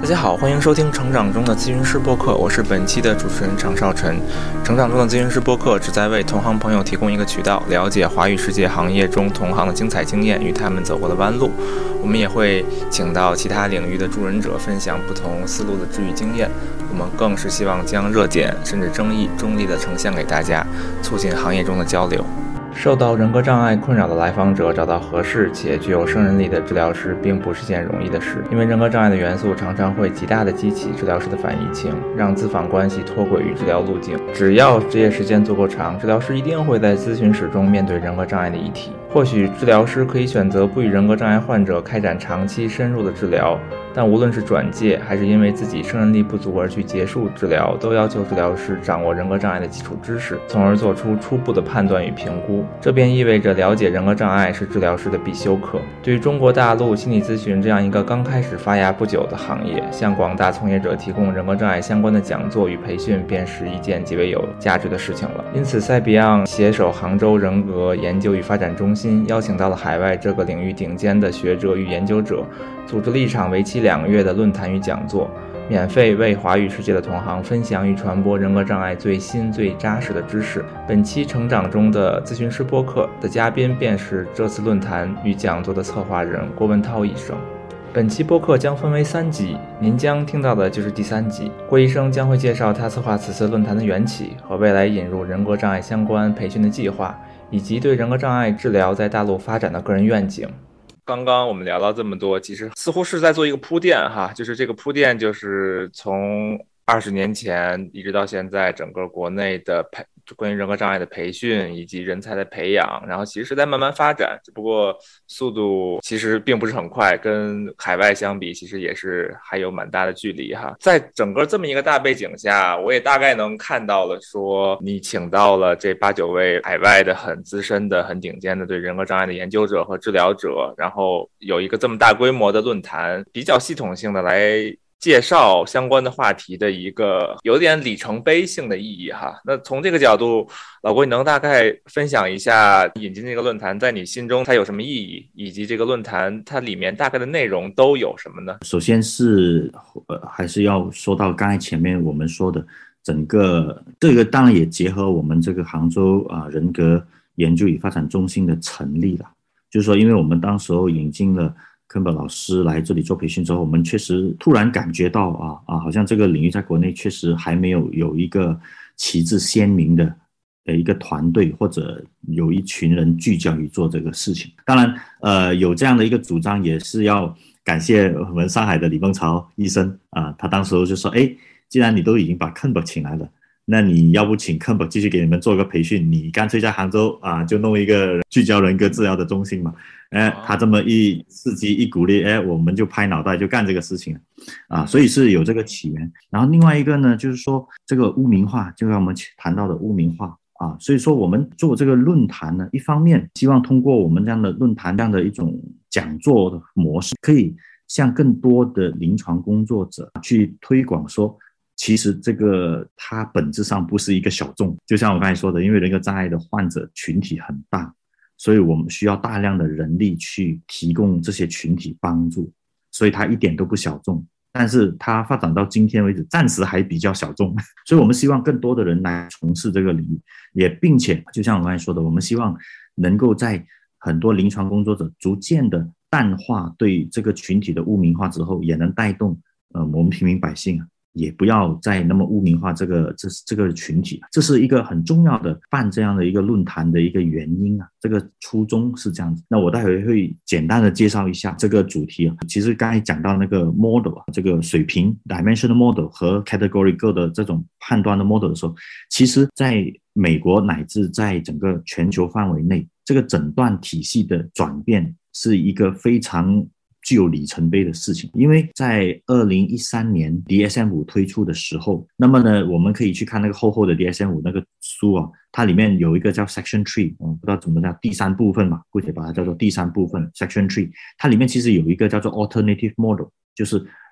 大家好，欢迎收听成长中的咨询师播客，我是本期的主持人常少晨。成长中的咨询师播客旨在为同行朋友提供一个渠道，了解华语世界行业中同行的精彩经验与他们走过的弯路。我们也会请到其他领域的助人者分享不同思路的治愈经验。我们更是希望将热点甚至争议中立的呈现给大家，促进行业中的交流。受到人格障碍困扰的来访者找到合适且具有胜任力的治疗师并不是件容易的事，因为人格障碍的元素常常会极大地激起治疗师的反移情，让咨访关系脱轨于治疗路径。只要职业时间足够长，治疗师一定会在咨询室中面对人格障碍的议题。或许治疗师可以选择不与人格障碍患者开展长期深入的治疗，但无论是转介还是因为自己胜任力不足而去结束治疗，都要求治疗师掌握人格障碍的基础知识，从而做出初步的判断与评估。这便意味着了解人格障碍是治疗师的必修课。对于中国大陆心理咨询这样一个刚开始发芽不久的行业，向广大从业者提供人格障碍相关的讲座与培训便是一件极为有价值的事情了。因此Cybion携手杭州人格研究与发展中心，邀请到了海外这个领域顶尖的学者与研究者，组织了一场为期2个月的论坛与讲座，免费为华语世界的同行分享与传播人格障碍最新最扎实的知识。本期成长中的咨询师播客的嘉宾便是这次论坛与讲座的策划人郭文涛医生。本期播客将分为3集，您将听到的就是第3集。郭医生将会介绍他策划此次论坛的缘起和未来引入人格障碍相关培训的计划，以及对人格障碍治疗在大陆发展的个人愿景。刚刚我们聊到这么多，其实似乎是在做一个铺垫哈，就是这个铺垫就是从20年前一直到现在，整个国内的关于人格障碍的培训以及人才的培养，然后其实是在慢慢发展，只不过速度其实并不是很快，跟海外相比其实也是还有蛮大的距离哈。在整个这么一个大背景下，我也大概能看到了说你请到了这8、9位海外的很资深的很顶尖的对人格障碍的研究者和治疗者，然后有一个这么大规模的论坛，比较系统性的来介绍相关的话题的一个有点里程碑性的意义哈。那从这个角度，老郭你能大概分享一下引进这个论坛在你心中它有什么意义，以及这个论坛它里面大概的内容都有什么呢？ 首先是还是要说到刚才前面我们说的整个这个，当然也结合我们这个杭州人格研究与发展中心的成立了。就是说因为我们当时候引进了根本老师来这里做培训之后，我们确实突然感觉到好像这个领域在国内确实还没有一个旗帜鲜明的一个团队，或者有一群人聚焦于做这个事情。当然有这样的一个主张也是要感谢我们上海的李梦潮医生他当时候就说既然你都已经把 Kenberg 请来了，那你要不请 Kenberg 继续给你们做个培训，你干脆在杭州就弄一个聚焦人格治疗的中心嘛。他这么一刺激一鼓励，我们就拍脑袋就干这个事情所以是有这个起源。然后另外一个呢，就是说这个污名化，就像我们谈到的污名化所以说我们做这个论坛呢，一方面希望通过我们这样的论坛这样的一种讲座的模式，可以向更多的临床工作者去推广说，其实这个它本质上不是一个小众，就像我刚才说的，因为人格障碍的患者群体很大，所以我们需要大量的人力去提供这些群体帮助，所以它一点都不小众，但是它发展到今天为止暂时还比较小众，所以我们希望更多的人来从事这个领域，也并且就像我刚才说的，我们希望能够在很多临床工作者逐渐的淡化对这个群体的污名化之后，也能带动我们平民百姓也不要再那么污名化这个群体。这是一个很重要的办这样的一个论坛的一个原因这个初衷是这样子。那我待会会简单的介绍一下这个主题其实刚才讲到那个 model 这个水平 dimensional model 和 categorical 的这种判断的 model 的时候，其实在美国乃至在整个全球范围内，这个诊断体系的转变是一个非常具有里程碑的事情。因为在2013年 DSM-5 推出的时候，那么呢我们可以去看那个厚厚的 DSM-5 那个书它里面有一个叫 Section 3， 不知道怎么叫第3部分姑且把它叫做第3部分 Section 3， 它里面其实有一个叫做 Alternative Model， 就是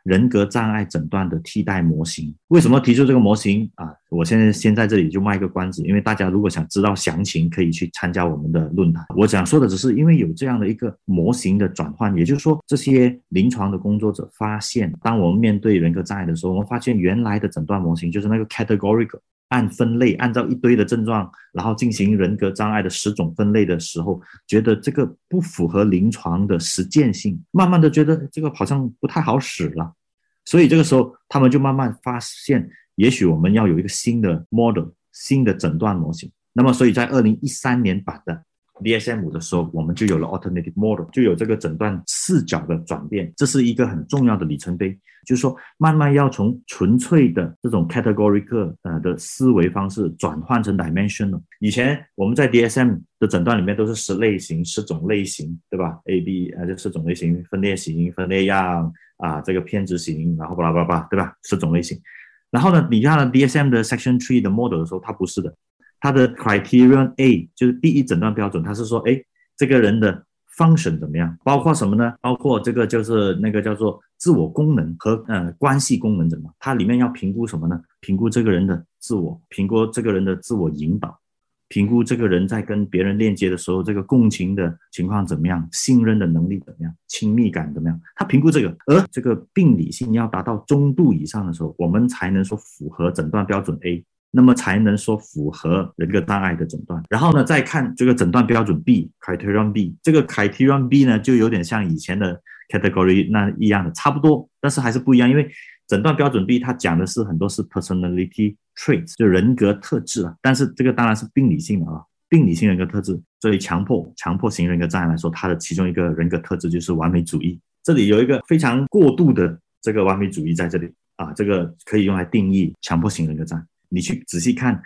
人格障碍诊断的替代模型。为什么提出这个模型啊？我先在这里就卖个关子，因为大家如果想知道详情，可以去参加我们的论坛。我想说的只是，因为有这样的一个模型的转换，也就是说，这些临床的工作者发现，当我们面对人格障碍的时候，我们发现原来的诊断模型就是那个 categorical。按分类，按照一堆的症状，然后进行人格障碍的10种分类的时候，觉得这个不符合临床的实践性，慢慢的觉得这个好像不太好使了，所以这个时候他们就慢慢发现，也许我们要有一个新的 model， 新的诊断模型。那么所以在2013年版的DSM-5的时候，我们就有了 alternative model， 就有这个诊断视角的转变，这是一个很重要的里程碑。就是说，慢慢要从纯粹的这种 categorical 的思维方式转换成 dimensional。以前我们在 DSM 的诊断里面都是10类型、10种类型，对吧 ？A、B 这10种类型，分裂型、分裂样这个偏执型，然后巴拉巴拉巴拉，对吧？10种类型。然后呢，你看了 DSM 的 Section 3的 model 的时候，它不是的。它的 Criterion A 就是第一诊断标准，它是说，这个人的 function 怎么样？包括什么呢？包括这个就是那个叫做自我功能和关系功能怎么样？它里面要评估什么呢？评估这个人的自我，评估这个人的自我引导，评估这个人在跟别人链接的时候，这个共情的情况怎么样？信任的能力怎么样？亲密感怎么样？他评估这个，而这个病理性要达到中度以上的时候，我们才能说符合诊断标准 A。那么才能说符合人格障碍的诊断。然后呢，再看这个诊断标准 B Criterion B， 这个 Criterion B 呢就有点像以前的 Category 那一样的，差不多，但是还是不一样，因为诊断标准 B 它讲的是很多是 personality traits， 就人格特质啊，但是这个当然是病理性的啊，病理性人格特质。所以强迫型人格障碍来说，它的其中一个人格特质就是完美主义。这里有一个非常过度的这个完美主义在这里啊，这个可以用来定义强迫型人格障碍。你去仔细看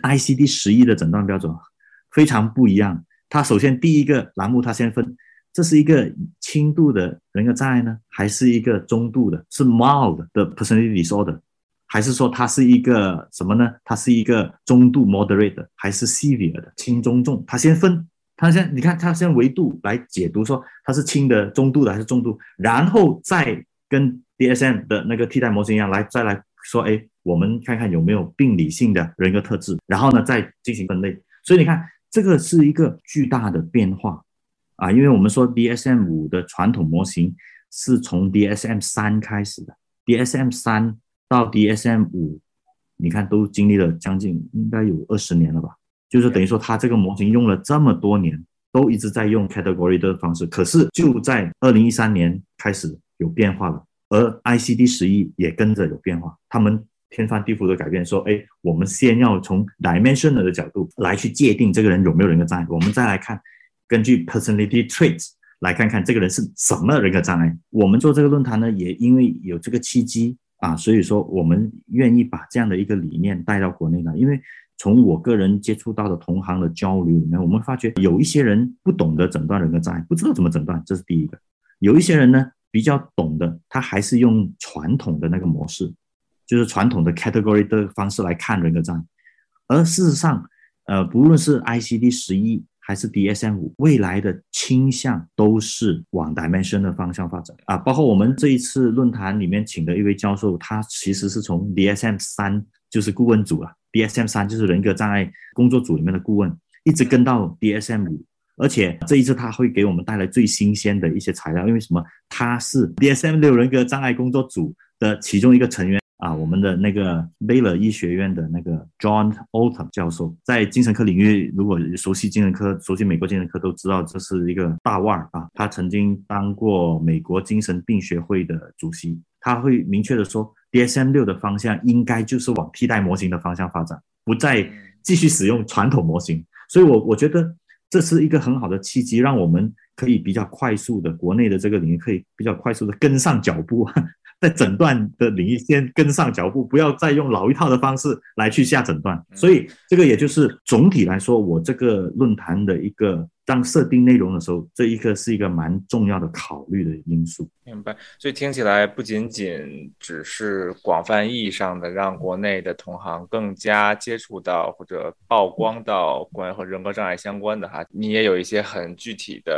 ICD-11 的诊断标准非常不一样。它首先第一个栏目它先分，这是一个轻度的人格障碍呢，还是一个中度的，是 mild 的 personality disorder， 还是说它是一个什么呢？它是一个中度 moderate 的，还是 severe 的轻中重？它先分，你看它先维度来解读说它是轻的、中度的还是重度，然后再跟 DSM 的那个替代模型一样再来说，我们看看有没有病理性的人格特质，然后呢再进行分类。所以你看，这个是一个巨大的变化啊！因为我们说 DSM-5 的传统模型是从 DSM-3 开始的 ，DSM-3 到 DSM-5， 你看都经历了将近应该有20年了吧？就是等于说，它这个模型用了这么多年，都一直在用 category 的方式，可是就在2013年开始有变化了，而 ICD-11 也跟着有变化，他们天翻地覆的改变，说，我们先要从 dimensional 的角度来去界定这个人有没有人格障碍，我们再来看，根据 personality traits 来看看这个人是什么人格障碍。我们做这个论坛呢，也因为有这个契机啊，所以说我们愿意把这样的一个理念带到国内来，因为从我个人接触到的同行的交流里面，我们发觉有一些人不懂得诊断人格障碍，不知道怎么诊断，这是第一个。有一些人呢比较懂的，他还是用传统的那个模式，就是传统的 category 的方式来看人格障碍。而事实上不论是 ICD-11 还是 DSM-5， 未来的倾向都是往 dimension 的方向发展啊。包括我们这一次论坛里面请的一位教授，他其实是从 DSM-3 就是顾问组DSM-3 就是人格障碍工作组里面的顾问，一直跟到 DSM-5， 而且这一次他会给我们带来最新鲜的一些材料。因为什么？他是 DSM-6 人格障碍工作组的其中一个成员我们的那个 Baylor 医学院的那个 John Oldham 教授，在精神科领域，如果熟悉精神科、熟悉美国精神科都知道，这是一个大腕他曾经当过美国精神病学会的主席。他会明确的说 DSM-6 的方向应该就是往替代模型的方向发展，不再继续使用传统模型。所以我觉得这是一个很好的契机，让我们可以比较快速的，国内的这个领域可以比较快速的跟上脚步，在诊断的领域先跟上脚步，不要再用老一套的方式来去下诊断。所以这个也就是总体来说，我这个论坛的一个当设定内容的时候，这一个是一个蛮重要的考虑的因素。 明白。所以听起来不仅仅只是广泛意义上的让国内的同行更加接触到或者曝光到关于和人格障碍相关的你也有一些很具体的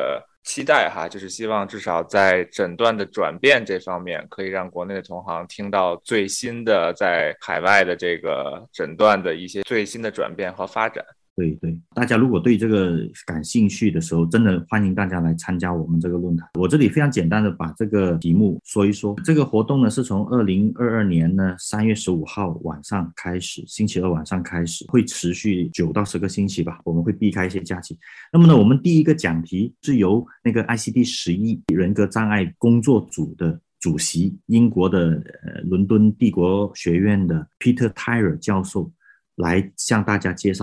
期待哈，就是希望至少在诊断的转变这方面，可以让国内的同行听到最新的在海外的这个诊断的一些最新的转变和发展。 对对，大家如果对这个感兴趣的时候，真的欢迎大家来参加我们这个论坛。我这里非常简单的把这个题目说一说。这个活动呢是从2022年呢3月15号晚上开始，星期二晚上开始，会持续9到10个星期吧，我们会避开一些假期。那么呢，我们第一个讲题是由那个 ICD-11 人格障碍工作组的主席，英国的伦敦帝国学院的 Peter Tyrer 教授来向大家介绍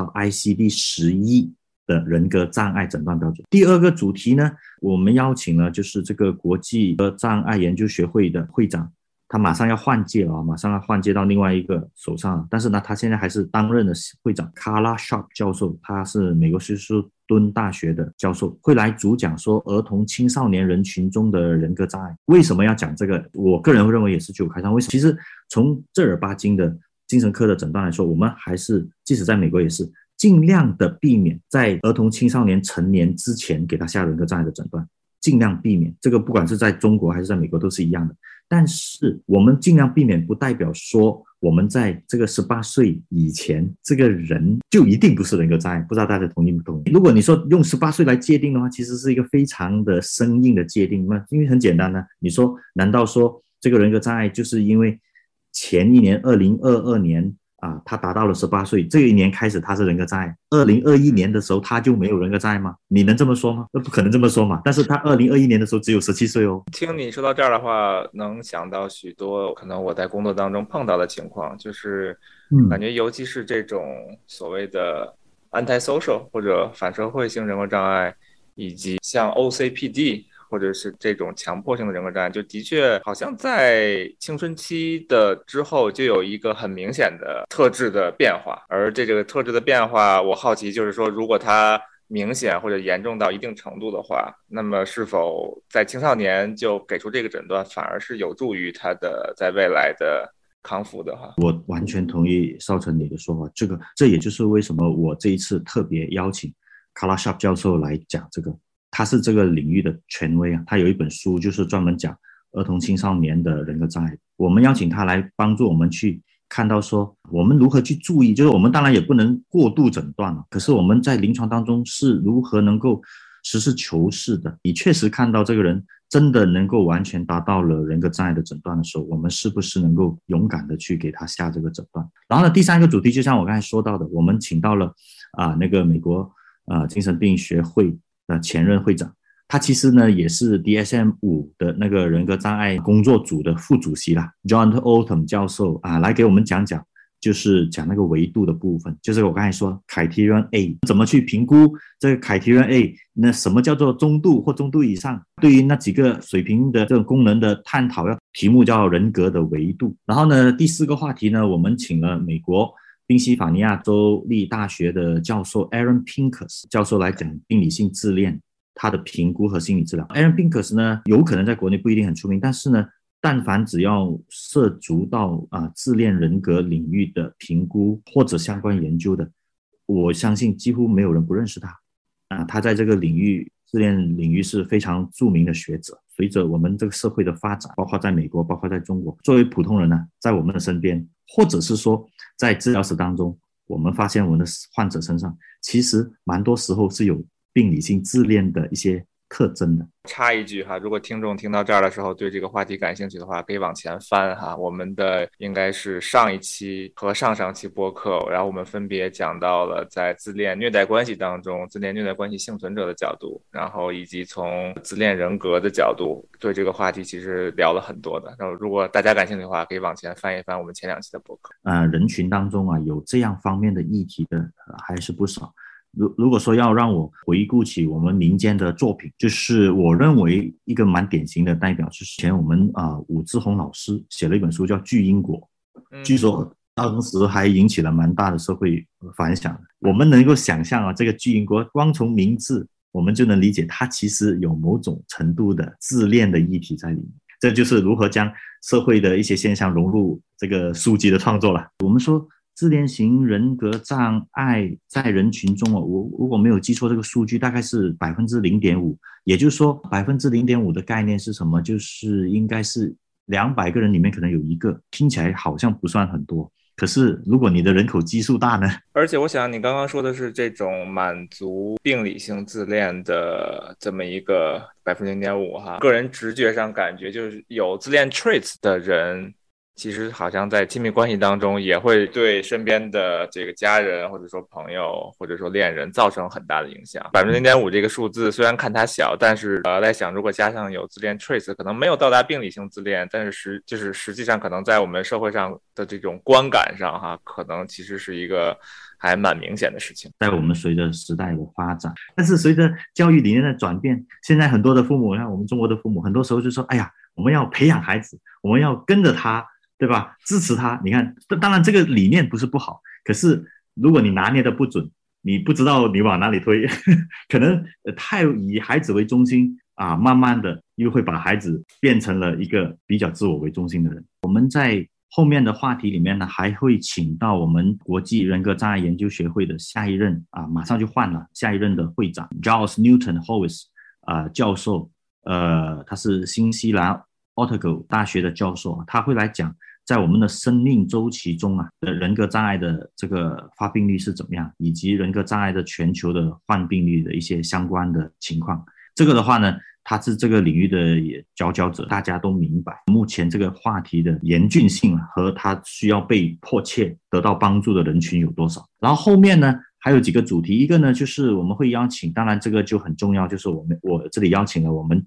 ICD-11 的人格障碍诊断标准。第二个主题呢，我们邀请了就是这个国际障碍研究学会的会长，他马上要换届了，马上要换届到另外一个手上，但是呢，他现在还是担任的会长 Carla Sharp 教授，他是美国休斯敦大学的教授，会来主讲说儿童青少年人群中的人格障碍。为什么要讲这个？我个人认为也是具有开创。为什么？其实从正儿八经的精神科的诊断来说，我们还是即使在美国也是尽量的避免在儿童青少年成年之前给他下人格障碍的诊断，尽量避免。这个不管是在中国还是在美国都是一样的。但是我们尽量避免不代表说我们在这个18岁以前这个人就一定不是人格障碍，不知道大家同意不同意？如果你说用18岁来界定的话，其实是一个非常的生硬的界定。那因为很简单呢，你说难道说这个人格障碍就是因为前一年2022年他达到了18岁，这一年开始他是人格障碍，2021年的时候他就没有人格障碍吗？你能这么说吗？那不可能这么说嘛。但是他2021年的时候只有17岁哦。 听你说到这儿的话，能想到许多可能我在工作当中碰到的情况，就是感觉尤其是这种所谓的 antisocial 或者反社会性人格障碍，以及像 OCPD或者是这种强迫性的人格障碍，就的确好像在青春期的之后就有一个很明显的特质的变化。而这个特质的变化，我好奇就是说，如果它明显或者严重到一定程度的话，那么是否在青少年就给出这个诊断，反而是有助于他的在未来的康复的话？ 我完全同意少成你的说法，这也就是为什么我这一次特别邀请 Carla Sharp 教授来讲这个。他是这个领域的权威啊，他有一本书就是专门讲儿童青少年的人格障碍。我们邀请他来帮助我们去看到说我们如何去注意，就是我们当然也不能过度诊断了，可是我们在临床当中是如何能够实事求是的，你确实看到这个人真的能够完全达到了人格障碍的诊断的时候，我们是不是能够勇敢的去给他下这个诊断。然后呢，第三个主题就像我刚才说到的，我们请到了那个美国精神病学会前任会长，他其实呢也是 DSM-5 的那个人格障碍工作组的副主席啦 John Oldham 教授来给我们讲讲，就是讲那个维度的部分，就是我刚才说 Criterion A 怎么去评估这个 Criterion A， 那什么叫做中度或中度以上，对于那几个水平的这种功能的探讨，题目叫人格的维度。然后呢，第四个话题呢，我们请了美国宾夕法尼亚州立大学的教授 Aaron Pincus 教授来讲病理性自恋，他的评估和心理治疗。Aaron Pincus 呢，有可能在国内不一定很出名，但是呢，但凡只要涉足到自恋人格领域的评估或者相关研究的，我相信几乎没有人不认识他。他在这个领域自恋领域是非常著名的学者。随着我们这个社会的发展，包括在美国，包括在中国，作为普通人呢，在我们的身边，或者是说在治疗室当中，我们发现我们的患者身上其实蛮多时候是有病理性自恋的一些特征的。 插一句哈，如果听众听到这儿的时候对这个话题感兴趣的话，可以往前翻哈，我们的应该是上一期和上上期播客，然后我们分别讲到了在自恋虐待关系当中，自恋虐待关系幸存者的角度，然后以及从自恋人格的角度，对这个话题其实聊了很多的。然后如果大家感兴趣的话，可以往前翻一翻我们前2期的播客。 人群当中有这样方面的议题的还是不少。如果说要让我回顾起我们民间的作品，就是我认为一个蛮典型的代表，就是前我们武志红老师写了一本书叫《巨婴国》，据说当时还引起了蛮大的社会反响。我们能够想象这个巨婴国光从名字我们就能理解它其实有某种程度的自恋的议题在里面。这就是如何将社会的一些现象融入这个书籍的创作了。我们说自恋型人格障碍在人群中我如果没有记错这个数据，大概是 0.5%， 也就是说 0.5% 的概念是什么？就是应该是200个人里面可能有一个，听起来好像不算很多。可是如果你的人口基数大呢？ 而且我想你刚刚说的是这种满足病理性自恋的这么一个0.5%哈，个人直觉上感觉就是有自恋 traits 的人，其实好像在亲密关系当中也会对身边的这个家人或者说朋友或者说恋人造成很大的影响。0.5%这个数字虽然看它小，但是在想如果加上有自恋 traits， 可能没有到达病理性自恋，但是实际上可能在我们社会上的这种观感上哈，可能其实是一个还蛮明显的事情。 在我们随着时代的发展，但是随着教育理念的转变，现在很多的父母，像我们中国的父母，很多时候就说：“哎呀，我们要培养孩子，我们要跟着他。”对吧？支持他，你看，当然这个理念不是不好，可是如果你拿捏的不准，你不知道你往哪里推，可能太以孩子为中心啊，慢慢的又会把孩子变成了一个比较自我为中心的人。我们在后面的话题里面呢，还会请到我们国际人格障碍研究学会的下一任啊，马上就换了下一任的会长 Giles Newton Howes 教授，他是新西兰奥特狗大学的教授，他会来讲在我们的生命周期中的人格障碍的这个发病率是怎么样，以及人格障碍的全球的患病率的一些相关的情况。这个的话呢，他是这个领域的佼佼者，大家都明白目前这个话题的严峻性和他需要被迫切得到帮助的人群有多少。然后后面呢还有几个主题，一个呢就是我们会邀请，当然这个就很重要，就是我这里邀请了我们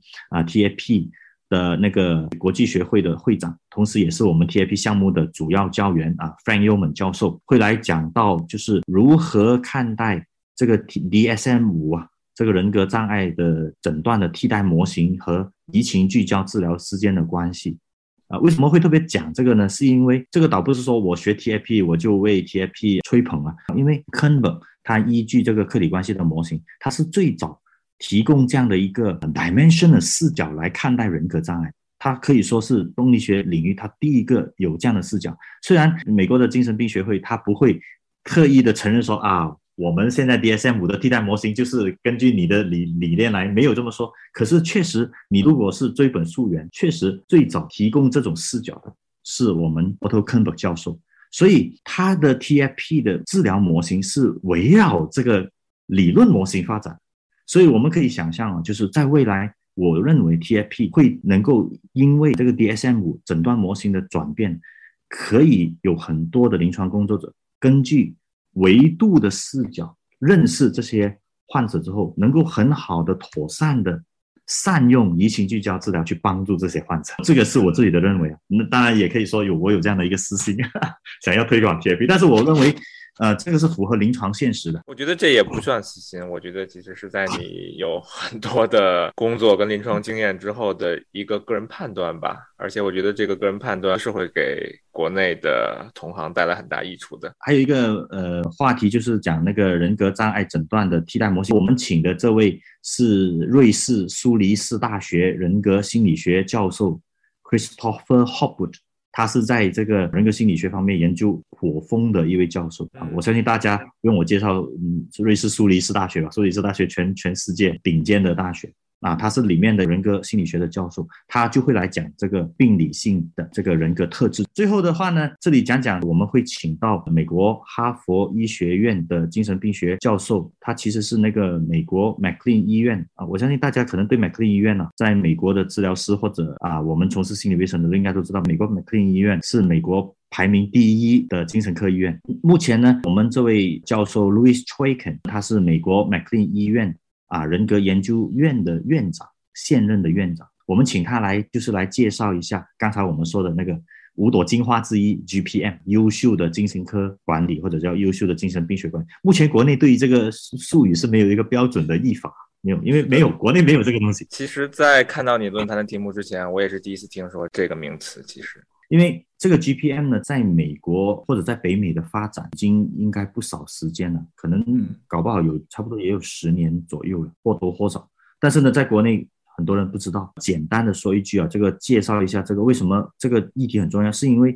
TAP的那个国际学会的会长，同时也是我们 TAP 项目的主要教员Frank Yeoman 教授，会来讲到就是如何看待这个 DSM-5这个人格障碍的诊断的替代模型和移情聚焦治疗之间的关系。为什么会特别讲这个呢？是因为这个倒不是说我学 TAP 我就为 TAP 吹捧因为 Kohnberg 他依据这个客体关系的模型，他是最早提供这样的一个 dimension 的视角来看待人格障碍，它可以说是动力学领域它第一个有这样的视角。虽然美国的精神病学会它不会刻意的承认说我们现在 DSM-5 的替代模型就是根据你的理念来，没有这么说。可是确实你如果是追本溯源，确实最早提供这种视角的是我们 Otto Kohnberg 教授，所以他的 TFP 的治疗模型是围绕这个理论模型发展。所以我们可以想象就是在未来我认为 TFP 会能够因为这个 DSM-5 诊断模型的转变，可以有很多的临床工作者根据维度的视角认识这些患者之后，能够很好的妥善的善用移情聚焦治疗去帮助这些患者。这个是我自己的认为那当然也可以说我有这样的一个私心想要推广 TFP， 但是我认为这个是符合临床现实的。 我觉得这也不算私心，我觉得其实是在你有很多的工作跟临床经验之后的一个个人判断吧，而且我觉得这个个人判断是会给国内的同行带来很大益处的。 还有一个话题就是讲那个人格障碍诊断的替代模型，我们请的这位是瑞士苏黎世大学人格心理学教授 Christopher Hopwood，他是在这个人格心理学方面研究颇丰的一位教授我相信大家不用我介绍瑞士苏黎世大学吧，苏黎世大学全世界顶尖的大学他是里面的人格心理学的教授，他就会来讲这个病理性的这个人格特质。最后的话呢，这里讲我们会请到美国哈佛医学院的精神病学教授，他其实是那个美国 McLean 医院我相信大家可能对 McLean 医院在美国的治疗师或者我们从事心理卫生的人应该都知道，美国 McLean 医院是美国排名第1的精神科医院。目前呢，我们这位教授 Louis Chaikin， 他是美国 McLean 医院人格研究院的院长，现任的院长。我们请他来就是来介绍一下刚才我们说的那个5朵金花之一 GPM， 优秀的精神科管理或者叫优秀的精神病学管理。目前国内对于这个术语是没有一个标准的译法，没有，因为国内没有这个东西。 其实在看到你论坛的题目之前，我也是第一次听说这个名词。其实因为这个 GPM 呢，在美国或者在北美的发展已经应该不少时间了，可能搞不好差不多也有10年左右了，或多或少。但是呢，在国内很多人不知道。简单的说一句这个介绍一下这个为什么这个议题很重要，是因为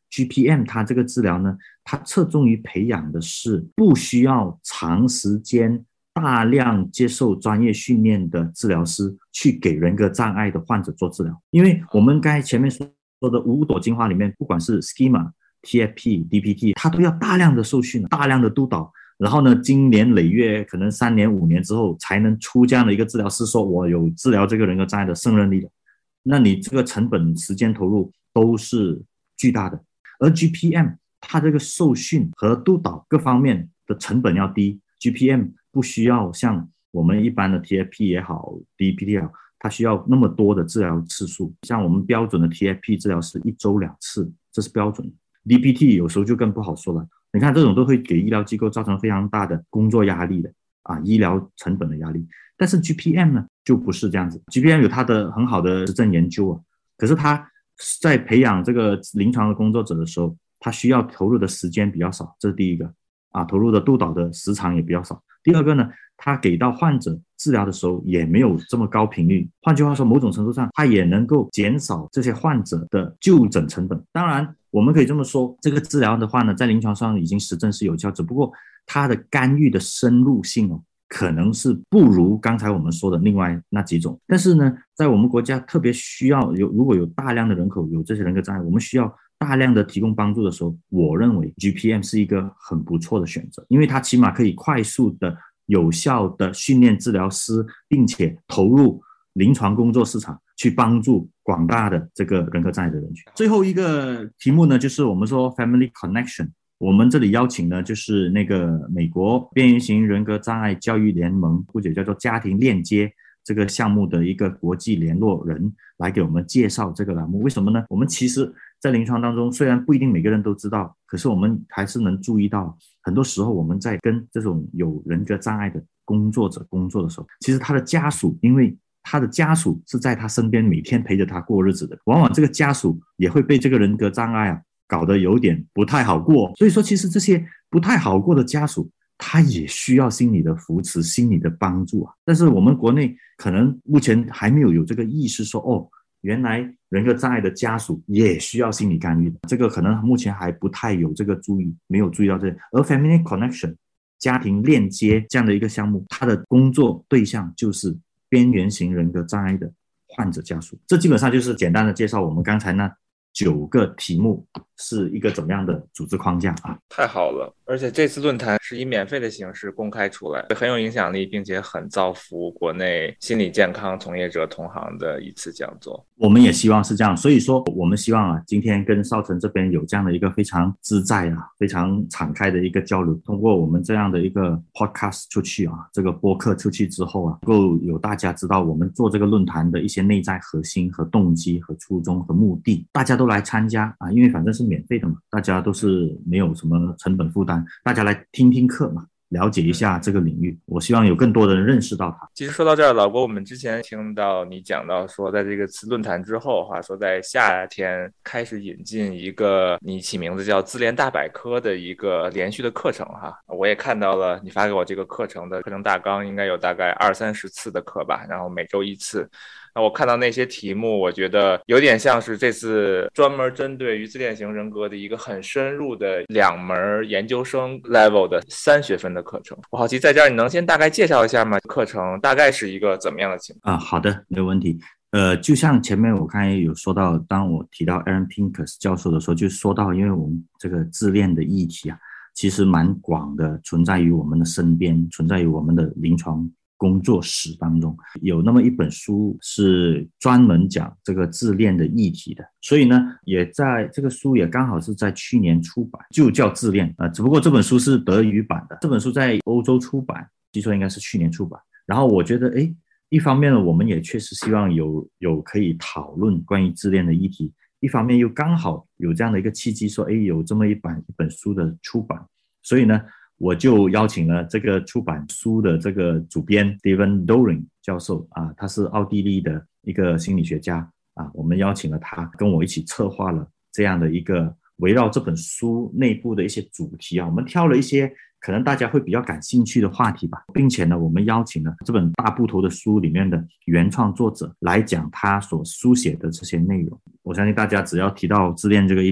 GPM 它这个治疗呢，它侧重于培养的是不需要长时间大量接受专业训练的治疗师去给人格障碍的患者做治疗。因为我们刚才前面说的五朵金花里面，不管是 schema、TFP、DPT， 它都要大量的受训，大量的督导，然后呢经年累月，可能3年5年之后才能出这样的一个治疗师说我有治疗这个人格障碍的胜任力的，那你这个成本时间投入都是巨大的。而 GPM 它这个受训和督导各方面的成本要低， GPM 不需要像我们一般的 TFP 也好 DPT 也好，它需要那么多的治疗次数，像我们标准的 TFP 治疗是1周2次，这是标准的。 DPT 有时候就更不好说了，你看这种都会给医疗机构造成非常大的工作压力的医疗成本的压力。但是 GPM 呢就不是这样子， GPM 有它的很好的实证研究可是它在培养这个临床的工作者的时候，它需要投入的时间比较少，这是第一个投入的督导的时长也比较少。第二个呢，它给到患者治疗的时候也没有这么高频率，换句话说，某种程度上它也能够减少这些患者的就诊成本。当然我们可以这么说，这个治疗的话呢，在临床上已经实证是有效，只不过它的干预的深入性可能是不如刚才我们说的另外那几种。但是呢，在我们国家特别需要如果有大量的人口有这些人格障碍，我们需要大量的提供帮助的时候，我认为 GPM 是一个很不错的选择，因为它起码可以快速的有效的训练治疗师，并且投入临床工作市场去帮助广大的这个人格障碍的人群。最后一个题目呢，就是我们说 Family Connection，我们这里邀请呢，就是那个美国边缘型人格障碍教育联盟，或者叫做家庭链接这个项目的一个国际联络人来给我们介绍这个栏目。为什么呢？我们其实在临床当中，虽然不一定每个人都知道，可是我们还是能注意到，很多时候我们在跟这种有人格障碍的工作者工作的时候，其实他的家属，因为他的家属是在他身边每天陪着他过日子的，往往这个家属也会被这个人格障碍搞得有点不太好过。所以说其实这些不太好过的家属，他也需要心理的扶持，心理的帮助但是我们国内可能目前还没有这个意识说原来人格障碍的家属也需要心理干预的，这个可能目前还不太有这个注意，没有注意到这。而 Family Connection 家庭链接这样的一个项目，它的工作对象就是边缘型人格障碍的患者家属。这基本上就是简单的介绍我们刚才那9个题目是一个怎么样的组织框架太好了，而且这次论坛是以免费的形式公开出来，很有影响力，并且很造福国内心理健康从业者同行的一次讲座。 我们也希望是这样，所以说我们希望今天跟少成这边有这样的一个非常自在非常敞开的一个交流，通过我们这样的一个 podcast 出去这个播客出去之后能够有大家知道我们做这个论坛的一些内在核心和动机和初衷和目的，大家都来参加因为反正是免费的嘛，大家都是没有什么成本负担，大家来听听课嘛，了解一下这个领域。我希望有更多的人认识到它。 其实说到这儿，老郭，我们之前听到你讲到说，在这个次论坛之后说在夏天开始引进一个你起名字叫自恋大百科的一个连续的课程我也看到了你发给我这个课程的课程大纲，应该有大概20-30次的课吧，然后每周1次。我看到那些题目，我觉得有点像是这次专门针对于自恋型人格的一个很深入的2门研究生 level 的3学分的课程。我好奇在这儿你能先大概介绍一下吗？课程大概是一个怎么样的情况好的，没有问题。就像前面我刚才有说到，当我提到 Aaron Pincus 教授的时候，就说到因为我们这个自恋的议题其实蛮广的，存在于我们的身边，存在于我们的临床工作室当中。有那么一本书是专门讲这个自恋的议题的，所以呢也在这个书也刚好是在去年出版，就叫自恋只不过这本书是德语版的，这本书在欧洲出版，据说应该是去年出版。然后我觉得一方面呢，我们也确实希望有可以讨论关于自恋的议题，一方面又刚好有这样的一个契机说有这么一本书的出版，所以呢我就邀请了这个出版书的这个主编 Steven Doring 教授他是奥地利的一个心理学家我们邀请了他跟我一起策划了这样的一个围绕这本书内部的一些主题我们挑了一些可能大家会比较感兴趣的话题吧，并且呢我们邀请了这本大部头的书里面的原创作者来讲他所书写的这些内容。我相信大家只要提到自恋这个议题，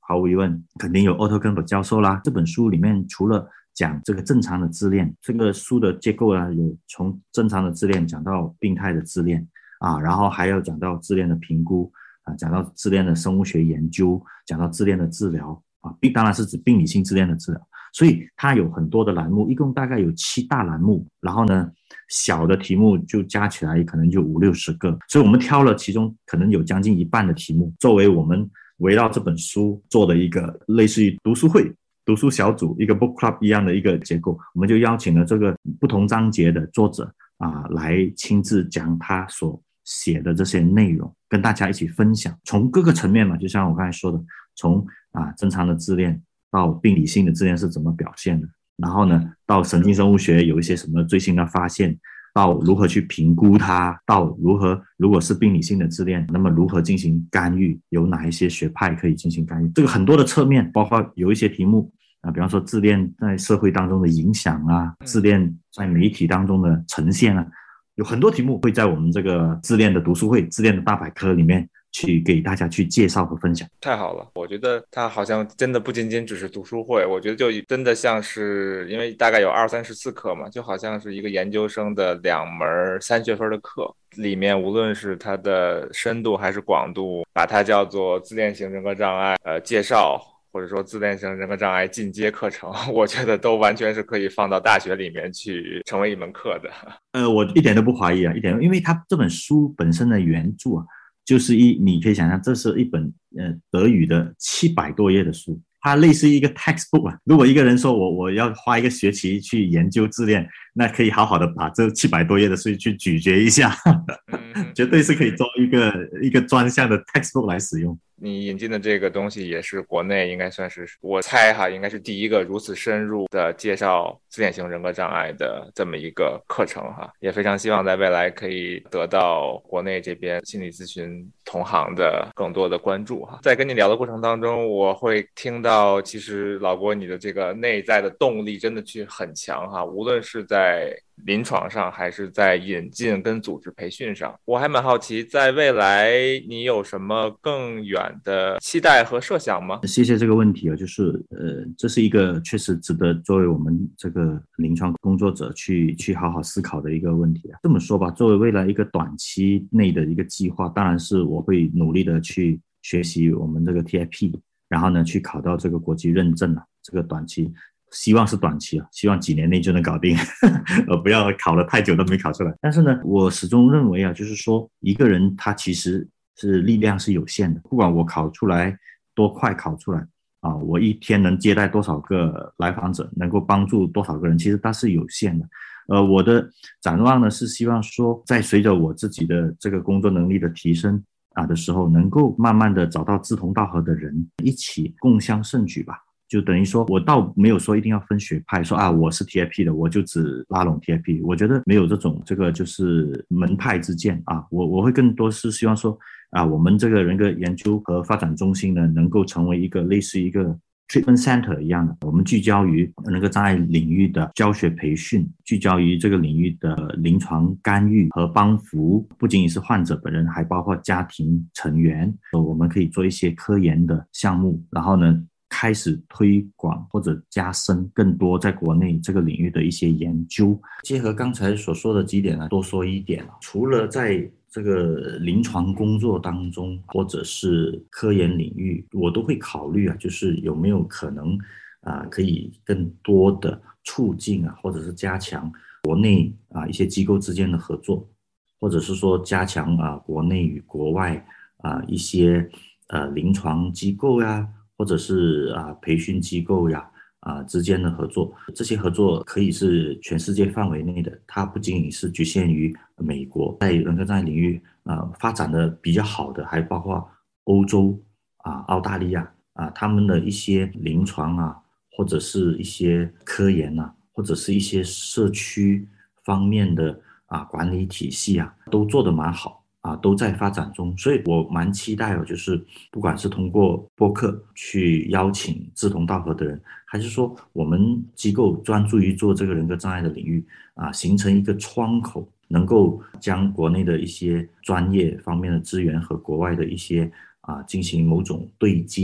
毫无疑问肯定有 Otto Kemper 教授啦。这本书里面除了讲这个正常的自恋，这个书的结构呢，有从正常的自恋讲到病态的自恋啊，然后还要讲到自恋的评估啊，讲到自恋的生物学研究，讲到自恋的治疗啊，当然是指病理性自恋的治疗。所以它有很多的栏目，一共大概有7大栏目，然后呢小的题目就加起来可能就50-60个，所以我们挑了其中可能有将近一半的题目作为我们围绕这本书做的一个类似于读书会、读书小组一个 book club 一样的一个结构。我们就邀请了这个不同章节的作者来亲自讲他所写的这些内容，跟大家一起分享，从各个层面嘛，就像我刚才说的，从正常的自恋到病理性的自恋是怎么表现的，然后呢到神经生物学有一些什么最新的发现，到如何去评估它，到如果是病理性的自恋，那么如何进行干预，有哪一些学派可以进行干预，这个很多的侧面，包括有一些题目比方说自恋在社会当中的影响自恋在媒体当中的呈现有很多题目会在我们这个自恋的读书会、自恋的大百科里面去给大家去介绍和分享。 太好了，我觉得它好像真的不仅仅只是读书会，我觉得就真的像是，因为大概有20-30课嘛，就好像是一个研究生的2门3学分的课，里面无论是它的深度还是广度，把它叫做自恋型人格障碍介绍，或者说自恋型人格障碍进阶课程，我觉得都完全是可以放到大学里面去成为一门课的。 我一点都不怀疑因为它这本书本身的原著就是你可以想象，这是一本德语的700多页的书，它类似于一个 textbook 如果一个人说我要花1个学期去研究自恋，那可以好好的把这700多页的书去咀嚼一下绝对是可以做一个专项的 textbook 来使用。 你引进的这个东西也是国内应该算是，我猜应该是第一个如此深入的介绍自恋型人格障碍的这么一个课程也非常希望在未来可以得到国内这边心理咨询同行的更多的关注在跟你聊的过程当中，我会听到其实老郭你的这个内在的动力真的去很强无论是在临床上还是在引进跟组织培训上。我还蛮好奇，在未来你有什么更远的期待和设想吗？ 谢谢这个问题就是这是一个确实值得作为我们这个临床工作者去好好思考的一个问题这么说吧，作为未来一个短期内的一个计划，当然是我会努力的去学习我们这个 TIP， 然后呢去考到这个国际认证这个短期希望是短期希望几年内就能搞定不要考了太久都没考出来。但是呢我始终认为就是说一个人他其实是力量是有限的，不管我考出来多快考出来我一天能接待多少个来访者，能够帮助多少个人，其实它是有限的。我的展望呢是希望说在随着我自己的这个工作能力的提升的时候，能够慢慢的找到志同道合的人一起共襄盛举吧。就等于说我倒没有说一定要分学派，说我是 TIP 的我就只拉拢 TIP， 我觉得没有这个就是门派之见我会更多是希望说我们这个人格研究和发展中心呢能够成为一个类似一个 treatment center 一样的，我们聚焦于人格障碍领域的教学培训，聚焦于这个领域的临床干预和帮扶，不仅仅是患者本人，还包括家庭成员。我们可以做一些科研的项目，然后呢开始推广或者加深更多在国内这个领域的一些研究。结合刚才所说的几点多说一点除了在这个临床工作当中或者是科研领域，我都会考虑就是有没有可能可以更多的促进或者是加强国内一些机构之间的合作，或者是说加强国内与国外一些临床机构或者是培训机构之间的合作。这些合作可以是全世界范围内的，它不仅仅是局限于美国，在人格障碍领域发展的比较好的还包括欧洲澳大利亚他们的一些临床或者是一些科研或者是一些社区方面的管理体系都做得蛮好都在发展中。所以我蛮期待就是不管是通过播客去邀请志同道合的人，还是说我们机构专注于做这个人格障碍的领域形成一个窗口，能够将国内的一些专业方面的资源和国外的一些进行某种对接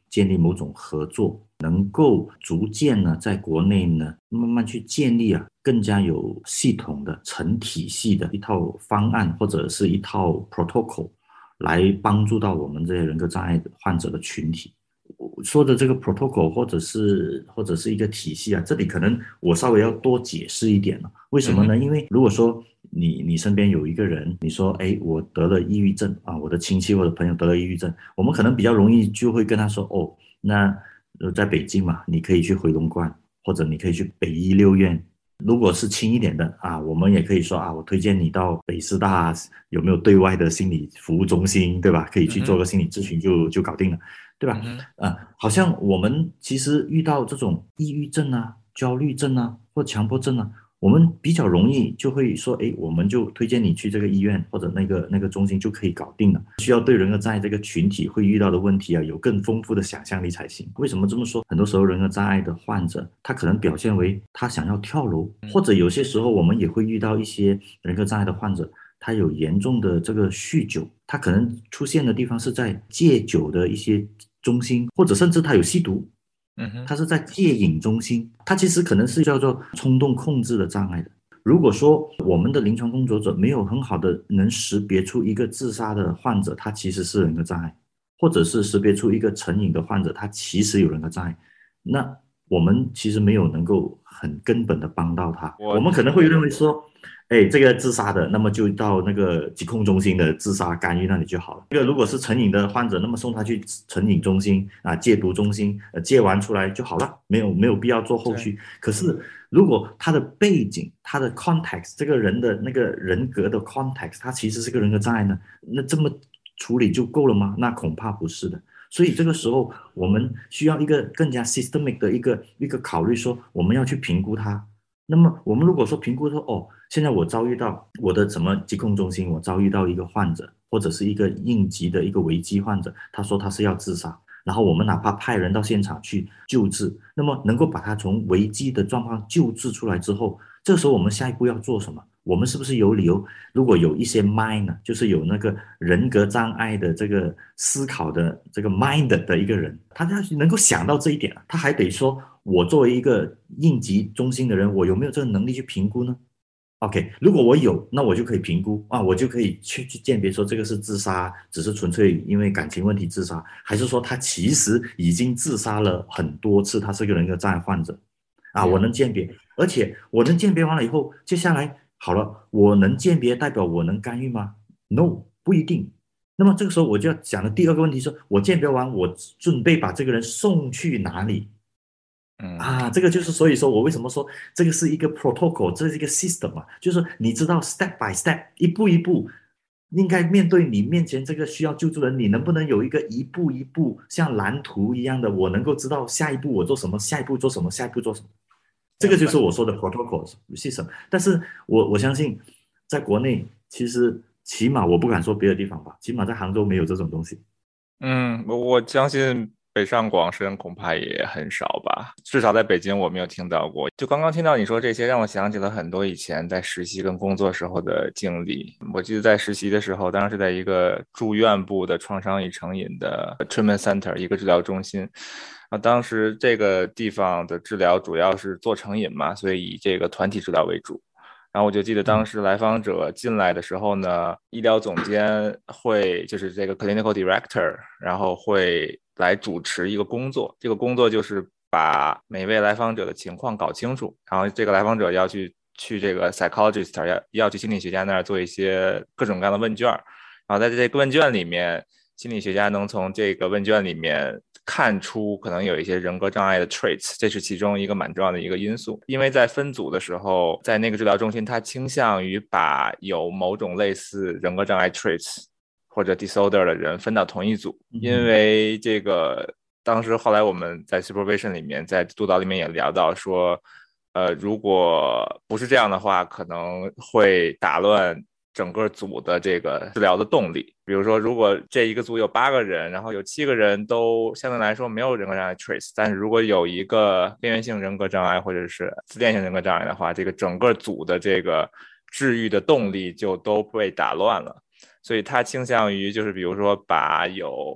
建立某种合作，能够逐渐呢在国内呢慢慢去建立更加有系统的成体系的一套方案或者是一套 protocol 来帮助到我们这些人格障碍患者的群体。我说的这个 protocol 或者是一个体系这里可能我稍微要多解释一点了。为什么呢？因为如果说你身边有一个人，你说我得了抑郁症我的亲戚或者朋友得了抑郁症，我们可能比较容易就会跟他说那在北京嘛，你可以去回龙观，或者你可以去北医六院。如果是轻一点的我们也可以说我推荐你到北师大有没有对外的心理服务中心，对吧？可以去做个心理咨询就搞定了，对吧？好像我们其实遇到这种抑郁症焦虑症或强迫症我们比较容易就会说我们就推荐你去这个医院或者那个中心就可以搞定了。需要对人格障碍这个群体会遇到的问题有更丰富的想象力才行。为什么这么说？很多时候人格障碍的患者他可能表现为他想要跳楼，或者有些时候我们也会遇到一些人格障碍的患者，他有严重的这个酗酒，他可能出现的地方是在戒酒的一些中心，或者甚至他有吸毒，他是在戒瘾中心，他其实可能是叫做冲动控制的障碍的。如果说我们的临床工作者没有很好的能识别出一个自杀的患者他其实是人格障碍，或者是识别出一个成瘾的患者他其实有人格障碍，那我们其实没有能够很根本的帮到他。我们可能会认为说这个自杀的，那么就到那个疾控中心的自杀干预那里就好了。这个如果是成瘾的患者，那么送他去成瘾中心戒毒中心，戒完出来就好了，没有必要做后续。可是如果他的背景、他的 context， 这个人的那个人格的 context， 他其实是个人格障碍呢，那这么处理就够了吗？那恐怕不是的。所以这个时候我们需要一个更加 systemic 的一个考虑，说我们要去评估它。那么我们如果说评估说现在我遭遇到我的什么疾控中心，我遭遇到一个患者或者是一个应急的一个危机患者，他说他是要自杀，然后我们哪怕派人到现场去救治，那么能够把他从危机的状况救治出来之后，这个时候我们下一步要做什么？我们是不是有理由，如果有一些 mind 呢，就是有那个人格障碍的这个思考的这个 mind 的一个人，他能够想到这一点，他还得说我作为一个应急中心的人，我有没有这个能力去评估呢？ OK， 如果我有，那我就可以评估我就可以去鉴别说这个是自杀，只是纯粹因为感情问题自杀，还是说他其实已经自杀了很多次，他是个人格障碍患者我能鉴别，而且我能鉴别完了以后，接下来好了，我能鉴别代表我能干预吗？ No， 不一定。那么这个时候我就要讲的第二个问题是，我鉴别完，我准备把这个人送去哪里？这个就是所以说我为什么说这个是一个 protocol， 这是一个 system 就是你知道 step by step 一步一步应该面对你面前这个需要救助的人，你能不能有一个一步一步像蓝图一样的，我能够知道下一步我做什么，下一步做什么，下一步做什么。这个就是我说的 protocol system。但是我相信在国内其实起码我不敢说别的地方吧，起码在杭州没有这种东西。 我相信北上广深恐怕也很少吧，至少在北京我没有听到过。就刚刚听到你说这些，让我想起了很多以前在实习跟工作时候的经历。我记得在实习的时候，当时是在一个住院部的创伤与成瘾的 treatment center， 一个治疗中心。当时这个地方的治疗主要是做成瘾嘛，所以以这个团体治疗为主。然后我就记得当时来访者进来的时候呢，医疗总监会就是这个 clinical director， 然后会来主持一个工作，这个工作就是把每位来访者的情况搞清楚，然后这个来访者要去这个 psychologist 要去心理学家那儿做一些各种各样的问卷，然后在这个问卷里面，心理学家能从这个问卷里面看出可能有一些人格障碍的 traits， 这是其中一个蛮重要的一个因素。因为在分组的时候，在那个治疗中心，它倾向于把有某种类似人格障碍 traits 或者 disorder 的人分到同一组，因为这个当时后来我们在 supervision 里面，在督导里面也聊到说，如果不是这样的话，可能会打乱整个组的这个治疗的动力。比如说如果这一个组有8个人，然后有7个人都相对来说没有人格障碍 trace， 但是如果有一个边缘性人格障碍或者是自恋性人格障碍的话，这个整个组的这个治愈的动力就都被打乱了。所以他倾向于就是比如说把有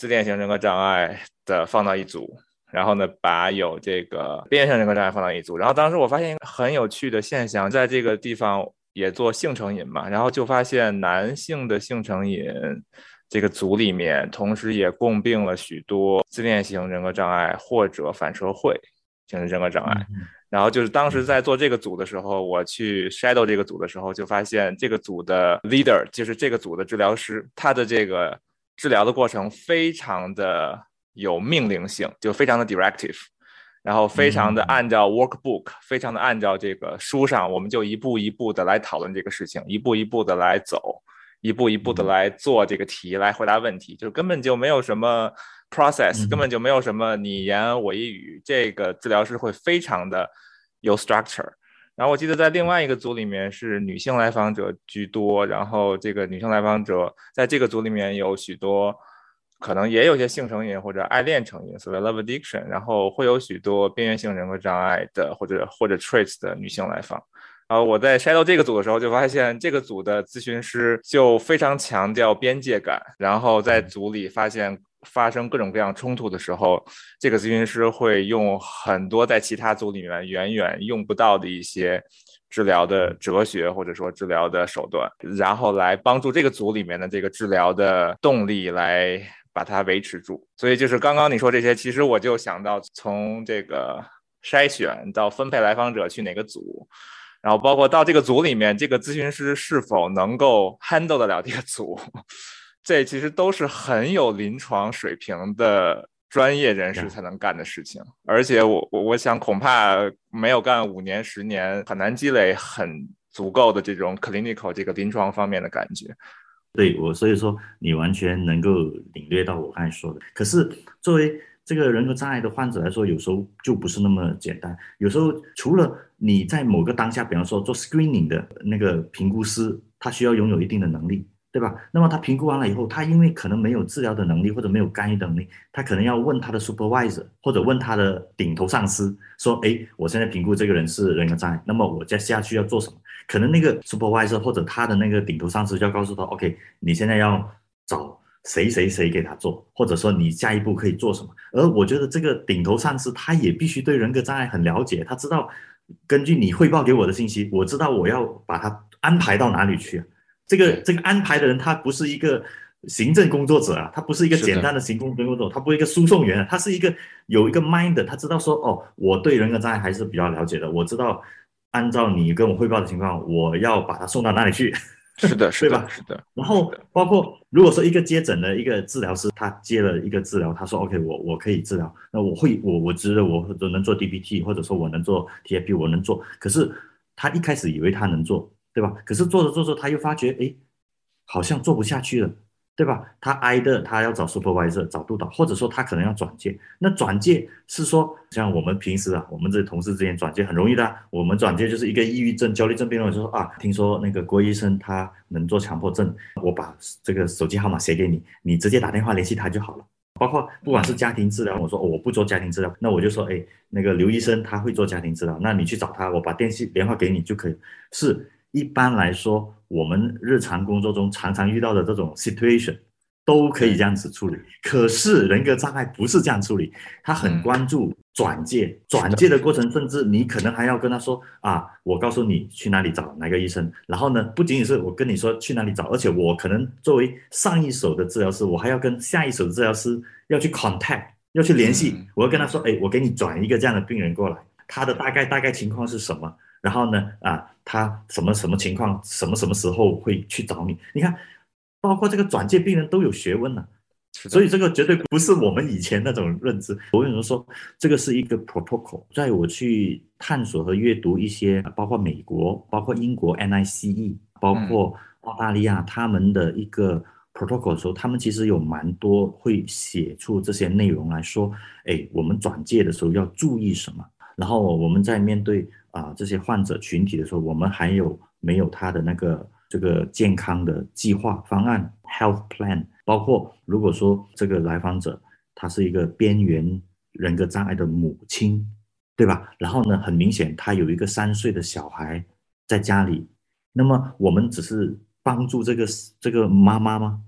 自恋型人格障碍的放到一组，然后呢，把有这个边缘性人格障碍放到一组。然后当时我发现一个很有趣的现象，在这个地方也做性成瘾嘛，然后就发现男性的性成瘾这个组里面，同时也共病了许多自恋型人格障碍或者反社会型人格障碍。然后就是当时在做这个组的时候，我去 shadow 这个组的时候，就发现这个组的 leader 就是这个组的治疗师，他的这个治疗的过程非常的有命令性，就非常的 directive， 然后非常的按照 workbook， 非常的按照这个书上，我们就一步一步的来讨论这个事情，一步一步的来走，一步一步的来做这个题，来回答问题，就是根本就没有什么 process， 根本就没有什么你言我一语，这个治疗师会非常的有 structure。然后我记得在另外一个组里面是女性来访者居多，然后这个女性来访者在这个组里面有许多可能也有些性成瘾或者爱恋成瘾，所谓 love addiction， 然后会有许多边缘性人格障碍的或者 traits 的女性来访。然后我在 shadow 这个组的时候，就发现这个组的咨询师就非常强调边界感，然后在组里发现发生各种各样冲突的时候，这个咨询师会用很多在其他组里面远远用不到的一些治疗的哲学或者说治疗的手段，然后来帮助这个组里面的这个治疗的动力来把它维持住。所以就是刚刚你说这些，其实我就想到从这个筛选到分配来访者去哪个组，然后包括到这个组里面，这个咨询师是否能够 handle 得了这个组，这其实都是很有临床水平的专业人士才能干的事情。而且我想恐怕没有干5年10年，很难积累很足够的这种 clinical 这个临床方面的感觉。 对，所以说你完全能够领略到我刚才说的。可是作为这个人格障碍的患者来说，有时候就不是那么简单。有时候除了你在某个当下，比方说做 screening 的那个评估师，他需要拥有一定的能力，对吧？那么他评估完了以后，他因为可能没有治疗的能力或者没有干预的能力，他可能要问他的 supervisor 或者问他的顶头上司说：“诶，我现在评估这个人是人格障碍，那么我接下去要做什么？”可能那个 supervisor 或者他的那个顶头上司就要告诉他 ：“OK， 你现在要找谁谁谁给他做，或者说你下一步可以做什么。”而我觉得这个顶头上司他也必须对人格障碍很了解，他知道根据你汇报给我的信息，我知道我要把他安排到哪里去。这个安排的人他不是一个行政工作者啊，他不是一个简单的行政工作者，他不是一个输送员，他是有一个 mind， 他知道说哦，我对人格障碍还是比较了解的，我知道按照你跟我汇报的情况，我要把他送到哪里去。 是的，是的， 对吧？ 是的。 然后包括如果说一个接诊的一个治疗师，他接了一个治疗，他说 OK， 我可以治疗，那我觉得我能做 DBT， 或者说我能做 TFP， 我能做。可是他一开始以为他能做，对吧？可是做着做着，他又发觉，哎，好像做不下去了。对吧？他要找 supervisor 找督导，或者说他可能要转介。那转介是说，像我们平时啊，我们这同事之间转介很容易的啊。我们转介就是一个抑郁症、焦虑症病人，就说啊，听说那个郭医生他能做强迫症，我把这个手机号码写给你，你直接打电话联系他就好了。包括不管是家庭治疗，我说我不做家庭治疗，那我就说，哎，那个刘医生他会做家庭治疗，那你去找他，我把电话给你就可以。是一般来说，我们日常工作中常常遇到的这种 situation 都可以这样子处理。可是人格障碍不是这样处理，他很关注转介，转介的过程，甚至你可能还要跟他说啊，我告诉你去哪里找哪个医生。然后呢，不仅仅是我跟你说去哪里找，而且我可能作为上一手的治疗师，我还要跟下一手的治疗师要去 contact， 要去联系，我要跟他说，哎，我给你转一个这样的病人过来，他的大概情况是什么？然后呢，他什么情况，什么时候会去找你？你看，包括这个转介病人都有学问了，所以这个绝对不是我们以前那种认知。我跟你说，这个是一个 protocol。在我去探索和阅读一些，包括美国、包括英国 NICE、包括澳大利亚他们的一个 protocol 的时候，他们其实有蛮多会写出这些内容来说，哎，我们转介的时候要注意什么。然后我们在面对这些患者群体的时候，我们还有没有他的这个健康的计划方案 health plan， 包括如果说这个来访者他是一个边缘人格障碍的母亲，对吧？然后呢，很明显他有一个3岁的小孩在家里，那么我们只是帮助这个妈妈吗？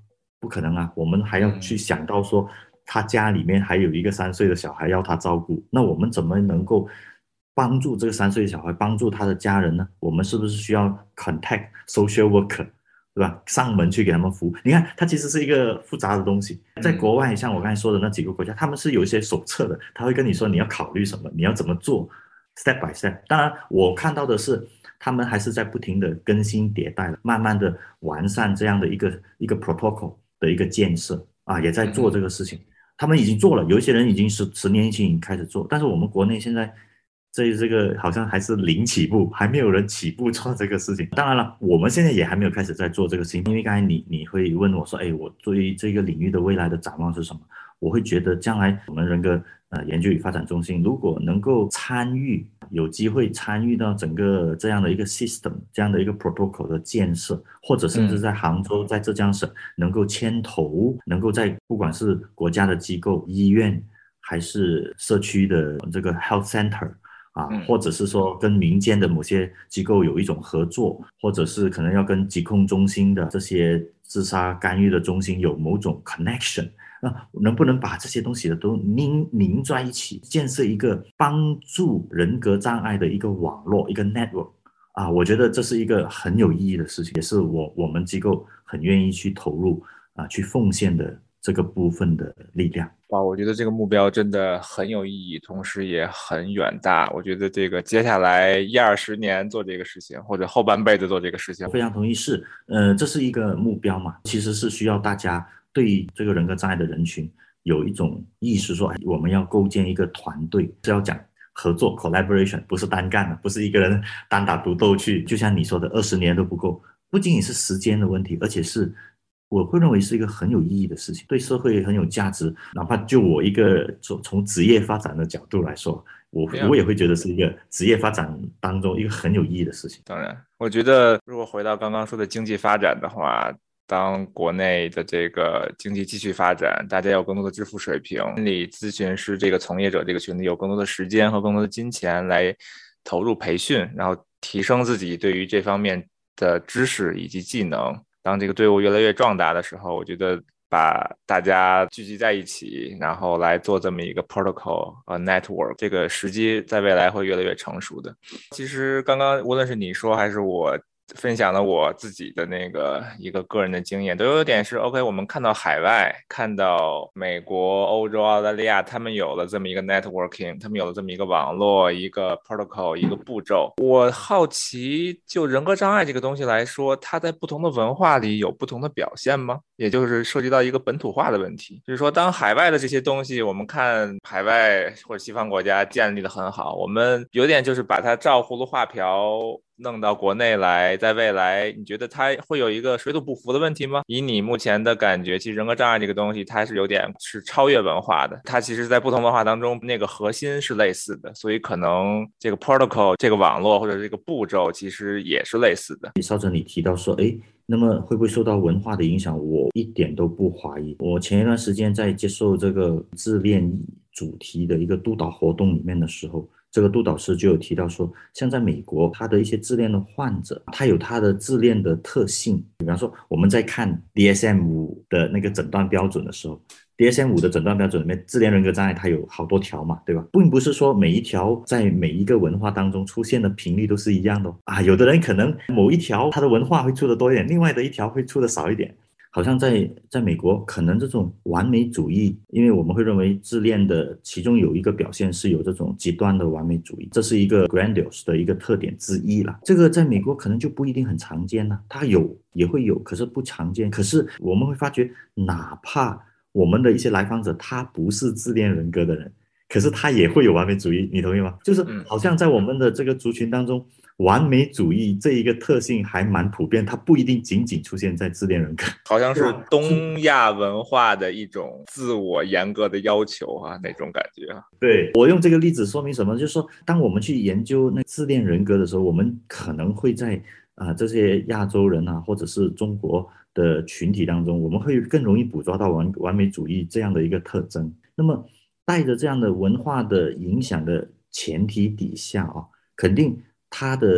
不可能啊，我们还要去想到说他家里面还有一个3岁的小孩要他照顾，那我们怎么能够帮助这个3岁的小孩，帮助他的家人呢？我们是不是需要 contact social worker，对吧？上门去给他们服务。你看，它其实是一个复杂的东西。在国外，像我刚才说的那几个国家，他们是有一些手册的，他会跟你说你要考虑什么，你要怎么做，step by step。当然，我看到的是他们还是在不停的更新迭代，慢慢的完善这样的一个 protocol 的一个建设啊，也在做这个事情。他们已经做了，有一些人已经10年前已经开始做，但是我们国内现在这个好像还是零起步，还没有人起步做这个事情。当然了，我们现在也还没有开始在做这个事情，因为刚才你会问我说，哎，我对于这个领域的未来的展望是什么？我会觉得将来我们人格研究与发展中心如果能够参与，有机会参与到整个这样的一个 system， 这样的一个 protocol 的建设，或者甚至在杭州、在浙江省能够牵头，能够在不管是国家的机构、医院，还是社区的这个 health center。或者是说跟民间的某些机构有一种合作，或者是可能要跟疾控中心的这些自杀干预的中心有某种 connection， 能不能把这些东西都拧在一起，建设一个帮助人格障碍的一个网络，一个 network 我觉得这是一个很有意义的事情，也是我们机构很愿意去投入去奉献的这个部分的力量。 哇，我觉得这个目标真的很有意义，同时也很远大。我觉得这个接下来10-20年做这个事情，或者后半辈子做这个事情， 我非常同意。这是一个目标嘛，其实是需要大家对于这个人格障碍的人群有一种意识说，我们要构建一个团队，是要讲合作 collaboration， 不是单干的，不是一个人单打独斗去，就像你说的20年都不够，不仅仅是时间的问题，而且是我会认为是一个很有意义的事情，对社会很有价值。哪怕就我一个从职业发展的角度来说，我也会觉得是一个职业发展当中一个很有意义的事情。 当然，我觉得如果回到刚刚说的经济发展的话，当国内的这个经济继续发展，大家有更多的支付水平，心理咨询师这个从业者这个群体有更多的时间和更多的金钱来投入培训，然后提升自己对于这方面的知识以及技能。当这个队伍越来越壮大的时候，我觉得把大家聚集在一起，然后来做这么一个 protocol network， 这个时机在未来会越来越成熟的。其实刚刚无论是你说还是我分享了我自己的那个一个个人的经验，都有点是 OK。我们看到海外，看到美国、欧洲、澳大利亚，他们有了这么一个 networking， 他们有了这么一个网络、一个 protocol、一个步骤。我好奇，就人格障碍这个东西来说，它在不同的文化里有不同的表现吗？也就是涉及到一个本土化的问题，就是说，当海外的这些东西，我们看海外或者西方国家建立的很好，我们有点就是把它照葫芦画瓢弄到国内来，在未来你觉得它会有一个水土不服的问题吗？以你目前的感觉，其实人格障碍这个东西它是有点是超越文化的，它其实在不同文化当中那个核心是类似的，所以可能这个 protocol 这个网络或者这个步骤其实也是类似的。 邵哲，你提到说，那么会不会受到文化的影响？我一点都不怀疑。我前一段时间在接受这个自恋主题的一个督导活动里面的时候，这个督导师就有提到说，像在美国，他的一些自恋的患者，他有他的自恋的特性。比方说，我们在看 DSM-5的那个诊断标准的时候，DSM-5的诊断标准里面，自恋人格障碍它有好多条嘛，对吧？并不是说每一条在每一个文化当中出现的频率都是一样的有的人可能某一条他的文化会出的多一点，另外的一条会出的少一点。好像在美国，可能这种完美主义，因为我们会认为自恋的其中有一个表现是有这种极端的完美主义，这是一个 grandiose 的一个特点之一啦。这个在美国可能就不一定很常见啦，它有也会有，可是不常见。可是我们会发觉，哪怕我们的一些来访者他不是自恋人格的人，可是他也会有完美主义，你同意吗？就是好像在我们的这个族群当中，完美主义这一个特性还蛮普遍，它不一定仅仅出现在自恋人格， 好像是东亚文化的一种自我严格的要求那种感觉对，我用这个例子说明什么？就是说，当我们去研究那自恋人格的时候，我们可能会在这些亚洲人或者是中国的群体当中，我们会更容易捕捉到完美主义这样的一个特征。那么，带着这样的文化的影响的前提底下肯定它的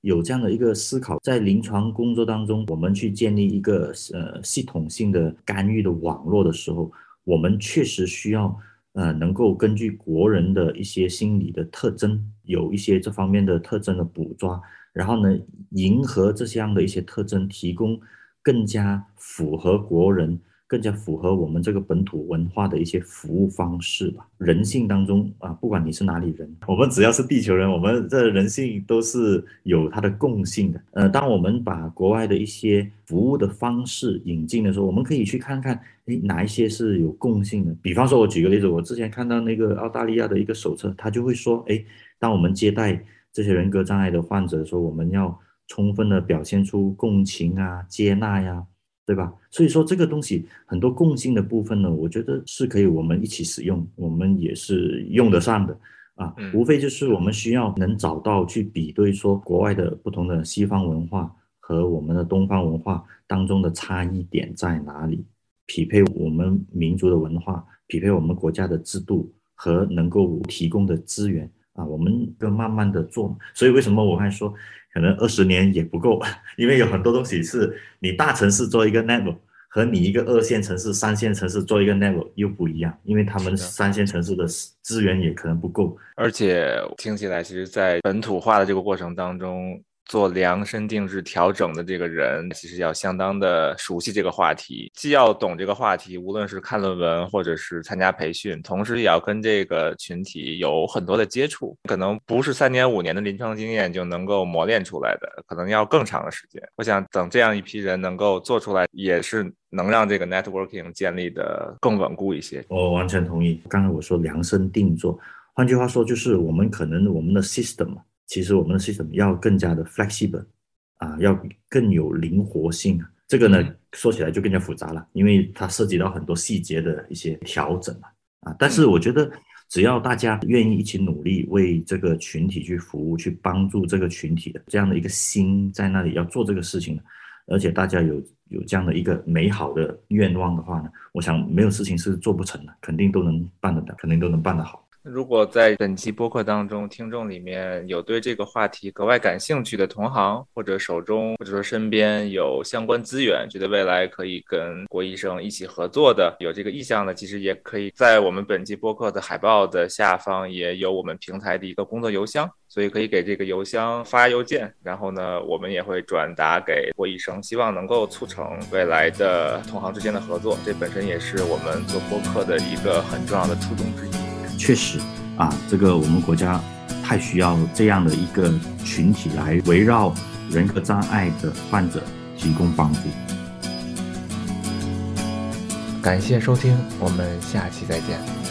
有这样的一个思考，在临床工作当中，我们去建立一个系统性的干预的网络的时候，我们确实需要能够根据国人的一些心理的特征，有一些这方面的特征的捕抓，然后呢，迎合这样的一些特征，提供更加符合国人、更加符合我们这个本土文化的一些服务方式吧。人性当中啊，不管你是哪里人，我们只要是地球人，我们这人性都是有它的共性的。当我们把国外的一些服务的方式引进的时候，我们可以去看看，哪一些是有共性的。比方说，我举个例子，我之前看到那个澳大利亚的一个手册，他就会说，当我们接待这些人格障碍的患者的时候，我们要充分的表现出共情啊、接纳呀，对吧？所以说这个东西很多共性的部分呢，我觉得是可以我们一起使用，我们也是用得上的啊。无非就是我们需要能找到去比对说国外的不同的西方文化和我们的东方文化当中的差异点在哪里，匹配我们民族的文化，匹配我们国家的制度和能够提供的资源啊，我们就慢慢的做。所以为什么我还说可能20年也不够，因为有很多东西是你大城市做一个 network 和你一个2线城市、3线城市做一个 network 又不一样，因为他们3线城市的资源也可能不够。 而且听起来其实在本土化的这个过程当中，做量身定制调整的这个人其实要相当的熟悉这个话题，既要懂这个话题，无论是看论文或者是参加培训，同时也要跟这个群体有很多的接触，可能不是3年5年的临床经验就能够磨练出来的，可能要更长的时间。我想等这样一批人能够做出来，也是能让这个 networking 建立的更稳固一些。 我完全同意，刚才我说量身定做，换句话说就是我们的 system， 其实我们的 system 要更加的 flexible 啊，要更有灵活性。这个呢说起来就更加复杂了，因为它涉及到很多细节的一些调整啊。但是我觉得只要大家愿意一起努力，为这个群体去服务，去帮助这个群体的这样的一个心在那里要做这个事情，而且大家有这样的一个美好的愿望的话呢，我想没有事情是做不成的，肯定都能办得到，肯定都能办得好。 如果在本期播客当中，听众里面有对这个话题格外感兴趣的同行，或者手中或者说身边有相关资源，觉得未来可以跟郭医生一起合作的，有这个意向的，其实也可以在我们本期播客的海报的下方也有我们平台的一个工作邮箱，所以可以给这个邮箱发邮件，然后呢，我们也会转达给郭医生，希望能够促成未来的同行之间的合作，这本身也是我们做播客的一个很重要的初衷之一。 确实啊，这个我们国家太需要这样的一个群体来围绕人格障碍的患者提供帮助。 感谢收听，我们下期再见。